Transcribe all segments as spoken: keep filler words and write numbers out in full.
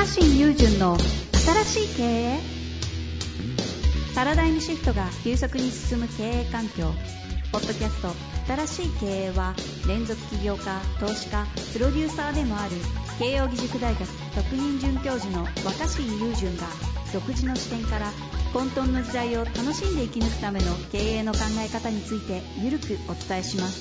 新雄純の新しい経営。パラダイムシフトが急速に進む経営環境。ポッドキャスト新しい経営は、連続起業家、投資家、プロデューサーでもある慶應義塾大学特任准教授の若新雄純が、独自の視点から混沌の時代を楽しんで生き抜くための経営の考え方についてゆるくお伝えします。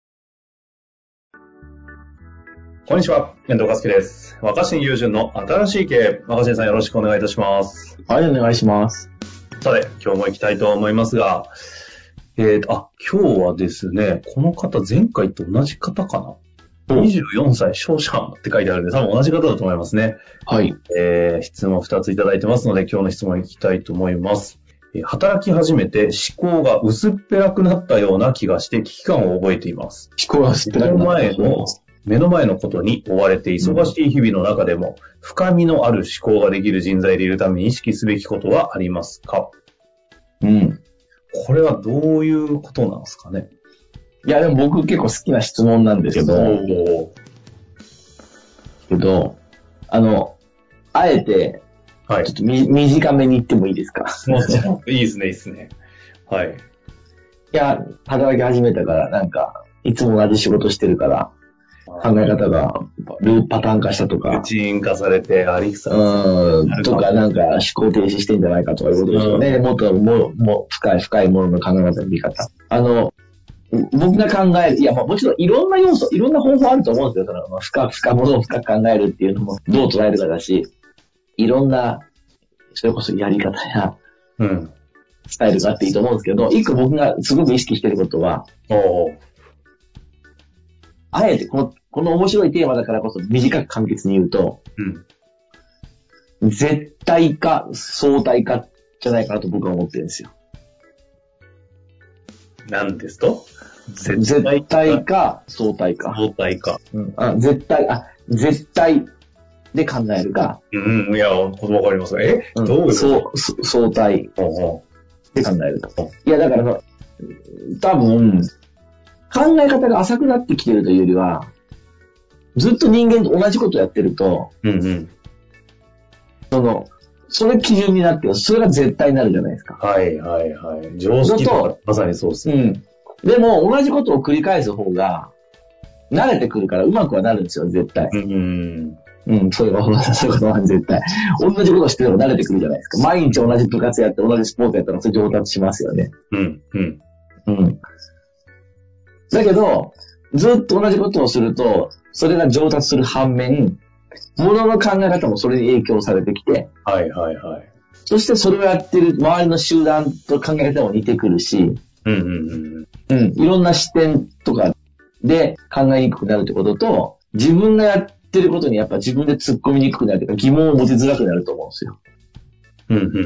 こんにちは、遠藤和樹です。若新雄純の新しい経営。若新さん、よろしくお願いいたします。 はい、お願いします。 さて、今日も行きたいと思いますが、えーと、あ、今日はですね、この方、前回と同じ方かな、にじゅうよんさい商社マンって書いてあるんで、多分同じ方だと思いますね。 はい。 えー、質問ふたついただいてますので、今日の質問行きたいと思います。えー、働き始めて思考が薄っぺらくなったような気がして危機感を覚えています。 思考が薄っぺらくなった。 目の前の、目の前のことに追われて忙しい日々の中でも、深みのある思考ができる人材でいるために意識すべきことはありますか？ うん。 これはどういうことなんですかね？ いや、でも僕結構好きな質問なんですけど、けど、あの、あえて、 はい。 ちょっとみ短めに言ってもいいですか？ もちろん、いいですね、いいですね。はい。 いや、働き始めたから、なんか、いつも同じ仕事してるから、考え方がルーパターン化したとか、 ルーチン化されて、ありくさうん、とか、なんか思考停止してんじゃないかとかいうことですよね。うん、もっとも、も深い深いものの考え方の見方。あの、僕が考える、いや、まあもちろんいろんな要素、いろんな方法あると思うんですよ。その、深く深ものを深く考えるっていうのも、どう捉えるかだし、いろんな、それこそやり方や、うん、スタイルがあっていいと思うんですけど、一個僕がすごく意識してることは、おあえてこの、この面白いテーマだからこそ短く簡潔に言うと、うん、絶対か相対かじゃないかなと僕は思ってるんですよ。 何ですと？ 絶対か相対か。 相対か。 うん、あ絶対、あ、絶対で考えるか。 うん、いや、わかります。え、 うん、 どういうこと？ そう、相対で考えるか。いや、だから、多分、考え方が浅くなってきてるというよりは、ずっと人間と同じことをやってると、うんうん、その、それ基準になってる、それが絶対になるじゃないですか。 はいはいはい。常識とかまさにそうですね。 うん。でも、同じことを繰り返す方が、慣れてくるからうまくはなるんですよ、絶対。うん。うん、そういうこと、そういうことは絶対。同じことしてれば慣れてくるじゃないですか。毎日同じ部活やって同じスポーツやったらそれ上達しますよね。うん、うん。うん。だけど、ずっと同じことをすると、それが上達する反面、物の考え方もそれに影響されてきて、 はいはいはい。 そしてそれをやってる周りの集団と考え方も似てくるし、うんうんうん。うん、いろんな視点とかで考えにくくなるってことと、自分がやってることにやっぱ自分で突っ込みにくくなるというか疑問を持ちづらくなると思うんですよ。うんうんうんうん。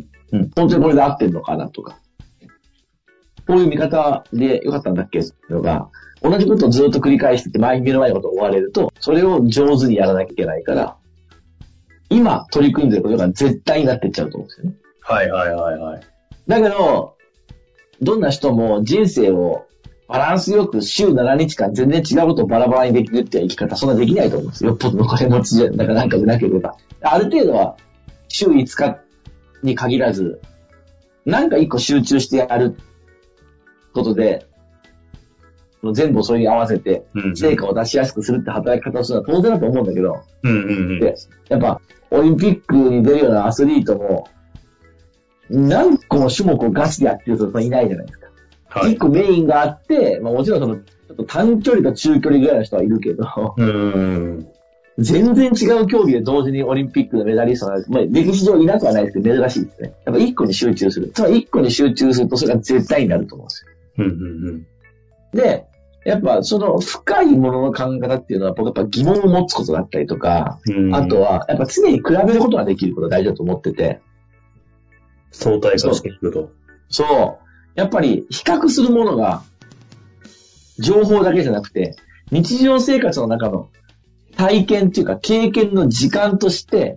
うん、本当にこれで合ってるのかなとか。こういう見方でよかったんだっけっていうのが、同じことをずっと繰り返してて、前に目の前のことを追われると、それを上手にやらなきゃいけないから、今取り組んでることが絶対になっていっちゃうと思うんですよね。 はいはいはいはい。 だけど、どんな人も人生をバランスよく週しちにちかん全然違うことをバラバラにできるっていう生き方、そんなできないと思うんですよ。よっぽどの金持ちじゃ、なんかなんかでなければ。ある程度は週いつかに限らず、なんか一個集中してやることで、全部をそれに合わせて、成果を出しやすくするって働き方をするのは当然だと思うんだけど、うんうんうん、でやっぱ、オリンピックに出るようなアスリートも、何個も種目をガチでやってる人はいないじゃないですか。はい、一個メインがあって、まあもちろんその、ちょっと短距離と中距離ぐらいの人はいるけど、うん全然違う競技で同時にオリンピックのメダリストが、まあ、歴史上いなくはないですけど、珍しいですね。やっぱ一個に集中する。つまり一個に集中するとそれが絶対になると思うんですよ。うんうんうん、で、やっぱその深いものの考え方っていうのは僕やっぱ疑問を持つことだったりとか、うん、あとはやっぱ常に比べることができることが大事だと思ってて。 相対化していくと。 そう。そうやっぱり比較するものが情報だけじゃなくて日常生活の中の体験っていうか経験の時間として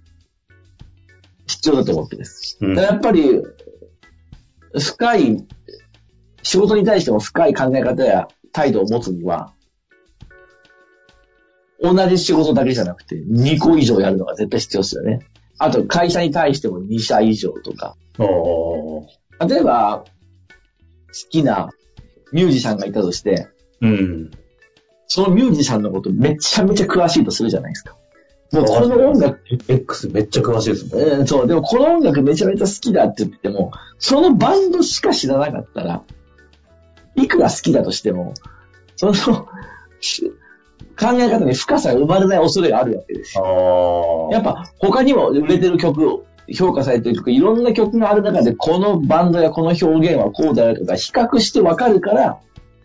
必要だと思ってです。うん、やっぱり深い仕事に対しても深い考え方や態度を持つには同じ仕事だけじゃなくてにこ以上やるのが絶対必要ですよね。あと会社に対してもに社以上とか。 おー。 例えば、好きなミュージシャンがいたとして、 うん。 そのミュージシャンのことめちゃめちゃ詳しいとするじゃないですか。もうこの音楽、 X めっちゃ詳しいですもん。 えー、そう、でもこの音楽めちゃめちゃ好きだって言っても、そのバンドしか知らなかったら、いくら好きだとしても、その考え方に深さが生まれない恐れがあるわけですよ。やっぱ他にも売れてる曲、評価されてる曲、いろんな曲がある中で、このバンドやこの表現はこうだよとか比較してわかるから、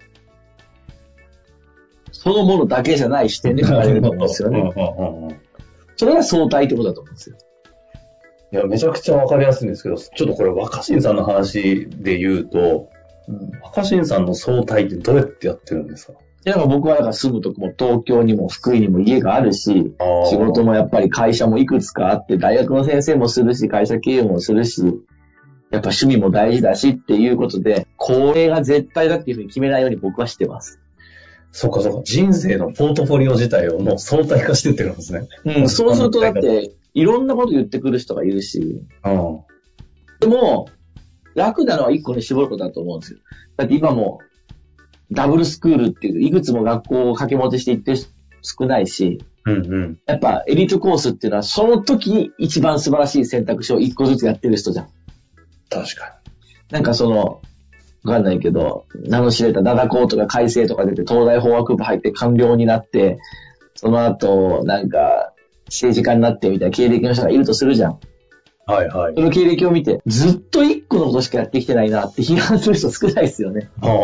そのものだけじゃない視点で書かれると思うんですよね。それが相対ってことだと思うんですよ。 いや、めちゃくちゃわかりやすいんですけど、ちょっとこれ若新さんの話で言うと、うん、若新さんの相対ってどうやってやってるんですか？ いや、だから僕はだから住むとこも東京にも福井にも家があるし、仕事もやっぱり会社もいくつかあって、大学の先生もするし、会社経営もするし、やっぱ趣味も大事だしっていうことで、これが絶対だっていうふうに決めないように僕はしてます。 そうかそうか。人生のポートフォリオ自体をもう相対化してってるんですね。 うん、そうするとだって、いろんなこと言ってくる人がいるし、うん、でも、楽なのは一個に絞ることだと思うんですよ。だって今も、ダブルスクールっていう、いくつも学校を掛け持ちしていってる人少ないし、うんうん、やっぱエリートコースっていうのは、その時に一番素晴らしい選択肢を一個ずつやってる人じゃん。 確かに。 なんかその、わかんないけど、名の知れたダダ校とか改正とか出て、東大法学部入って官僚になって、その後、なんか、政治家になってみたいな経歴の人がいるとするじゃん。 はいはい。 その経歴を見て、ずっと一個のことしかやってきてないなって批判する人少ないですよね。ああ。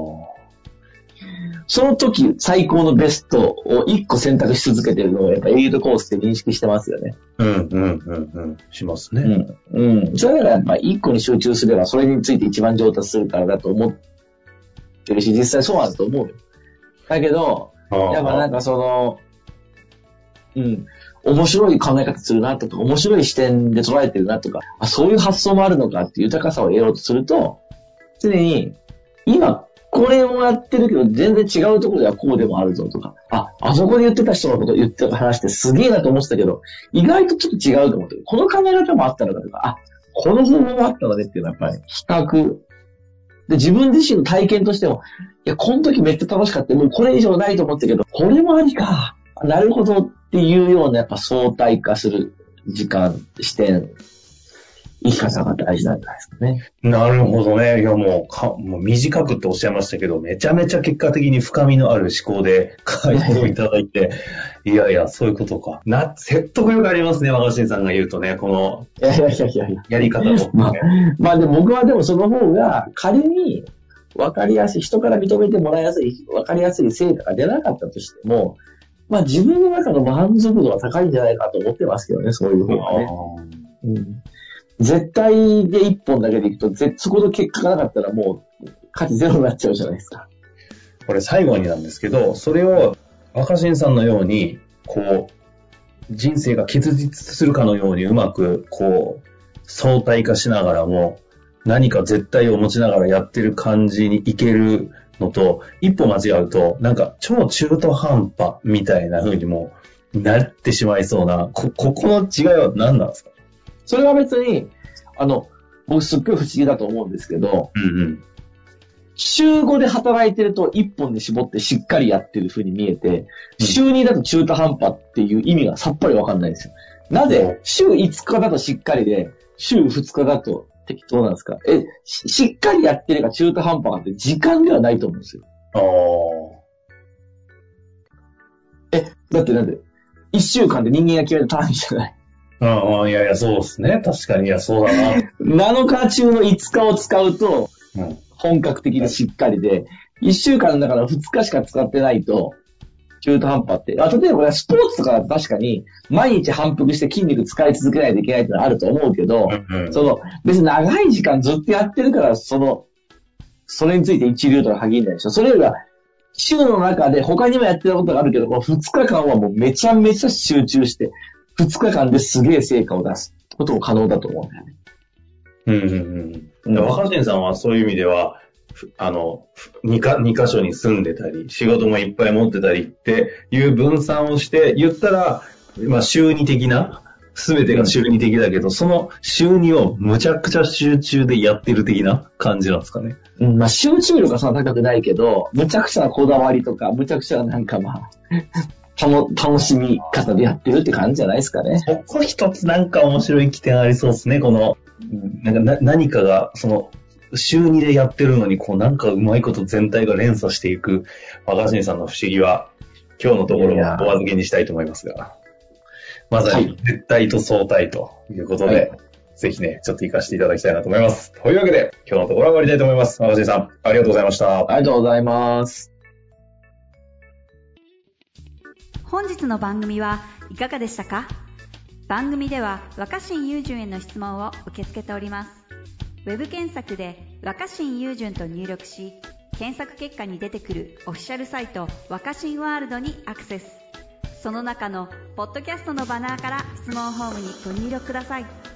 その時、最高のベストを一個選択し続けてるのを、やっぱエリートコースって認識してますよね。 うんうんうんうん。しますね。 うん。うん。それがやっぱ一個に集中すれば、それについて一番上達するからだと思ってるし、実際そうなんだと思うよ。だけど、やっぱなんかその、うん。面白い考え方するなとか、面白い視点で捉えてるなとか、あ、そういう発想もあるのかっていう豊かさを得ようとすると、常に、今、これをやってるけど、全然違うところではこうでもあるぞとか、あ、あそこで言ってた人のこと言ってた話してすげえなと思ってたけど、意外とちょっと違うと思ってる。この考え方もあったのかとか、あ、この方法もあったのねっていうのはやっぱり比較。で、自分自身の体験としても、いや、この時めっちゃ楽しかった。もうこれ以上ないと思ったけど、これもありか。なるほどっていうようなやっぱ相対化する時間、視点、生き方が大事なんじゃないですかね。 なるほどね。いやもうか、もう短くっておっしゃいましたけど、めちゃめちゃ結果的に深みのある思考で回答いただいて、いやいや、そういうことか。な、説得力ありますね、若新さんが言うとね、この、 いやいやいやいやいや。 やり方を、ね。 まあ、まあでも僕はでもその方が仮に分かりやすい、人から認めてもらいやすい、分かりやすい成果が出なかったとしても、まあ自分の中の満足度は高いんじゃないかと思ってますけどね、そういう方がね。うん、絶対で一本だけでいくと、そこの結果がなかったらもう価値ゼロになっちゃうじゃないですか。 これ最後になんですけど、それを若新さんのように、こう、人生が結実するかのようにうまく、こう、相対化しながらも、何か絶対を持ちながらやってる感じにいけるのと、一歩間違うと、なんか超中途半端みたいな風にもなってしまいそうな、こ、ここの違いは何なんですか？ それは別に、あの、僕すっごい不思議だと思うんですけど、うんうん、週ごで働いてると一本で絞ってしっかりやってる風に見えて、うん、週にだと中途半端っていう意味がさっぱりわかんないんですよ。なぜ、週いつかだとしっかりで、週ふつかだと適当なんですか？え、し, しっかりやってるか中途半端かって時間ではないと思うんですよ。ああ。え、だってなんで、いっしゅうかんで人間が決める単位じゃない。 ああ、いやいや、そうですね。確かに、いや、そうだな。 なのか中のいつかを使うと、本格的でしっかりで、いっしゅうかんだからふつかしか使ってないと、中途半端って。あ、例えばスポーツとか確かに、毎日反復して筋肉使い続けないといけないってのはあると思うけど、うんうん、その、別に長い時間ずっとやってるから、その、それについて一流とは限らないでしょ。それよりは、週の中で他にもやってることがあるけど、このふつかかんはもうめちゃめちゃ集中して、ふつかかんですげえ成果を出すことも可能だと思うんだよね。 うんうんうん。若新さんはそういう意味では、 あの、二か、二箇所に住んでたり、仕事もいっぱい持ってたりっていう分散をして、言ったら、まあ、週二的な、すべてが週二的だけど、その週二をむちゃくちゃ集中でやってる的な感じなんですかね。 うん、まあ集中力はそんな高くないけど、むちゃくちゃなこだわりとか、むちゃくちゃなんかまあ、たの楽しみ方でやってるって感じじゃないですかね。 ここ一つなんか面白い起点ありそうですね、この、なんかな何かが、その、週二でやってるのに、こうなんかうまいこと全体が連鎖していく、若新さんの不思議は、今日のところはお預けにしたいと思いますが。まさに絶対と相対ということで、はい、ぜひね、ちょっと活かしていただきたいなと思います。というわけで、今日のところは終わりたいと思います。若新さん、ありがとうございました。 ありがとうございます。 本日の番組はいかがでしたか？番組では若新雄純への質問を受け付けております。ウェブ検索で若新雄純と入力し、検索結果に出てくるオフィシャルサイト若新ワールドにアクセス。その中のポッドキャストのバナーから質問フォームにご入力ください。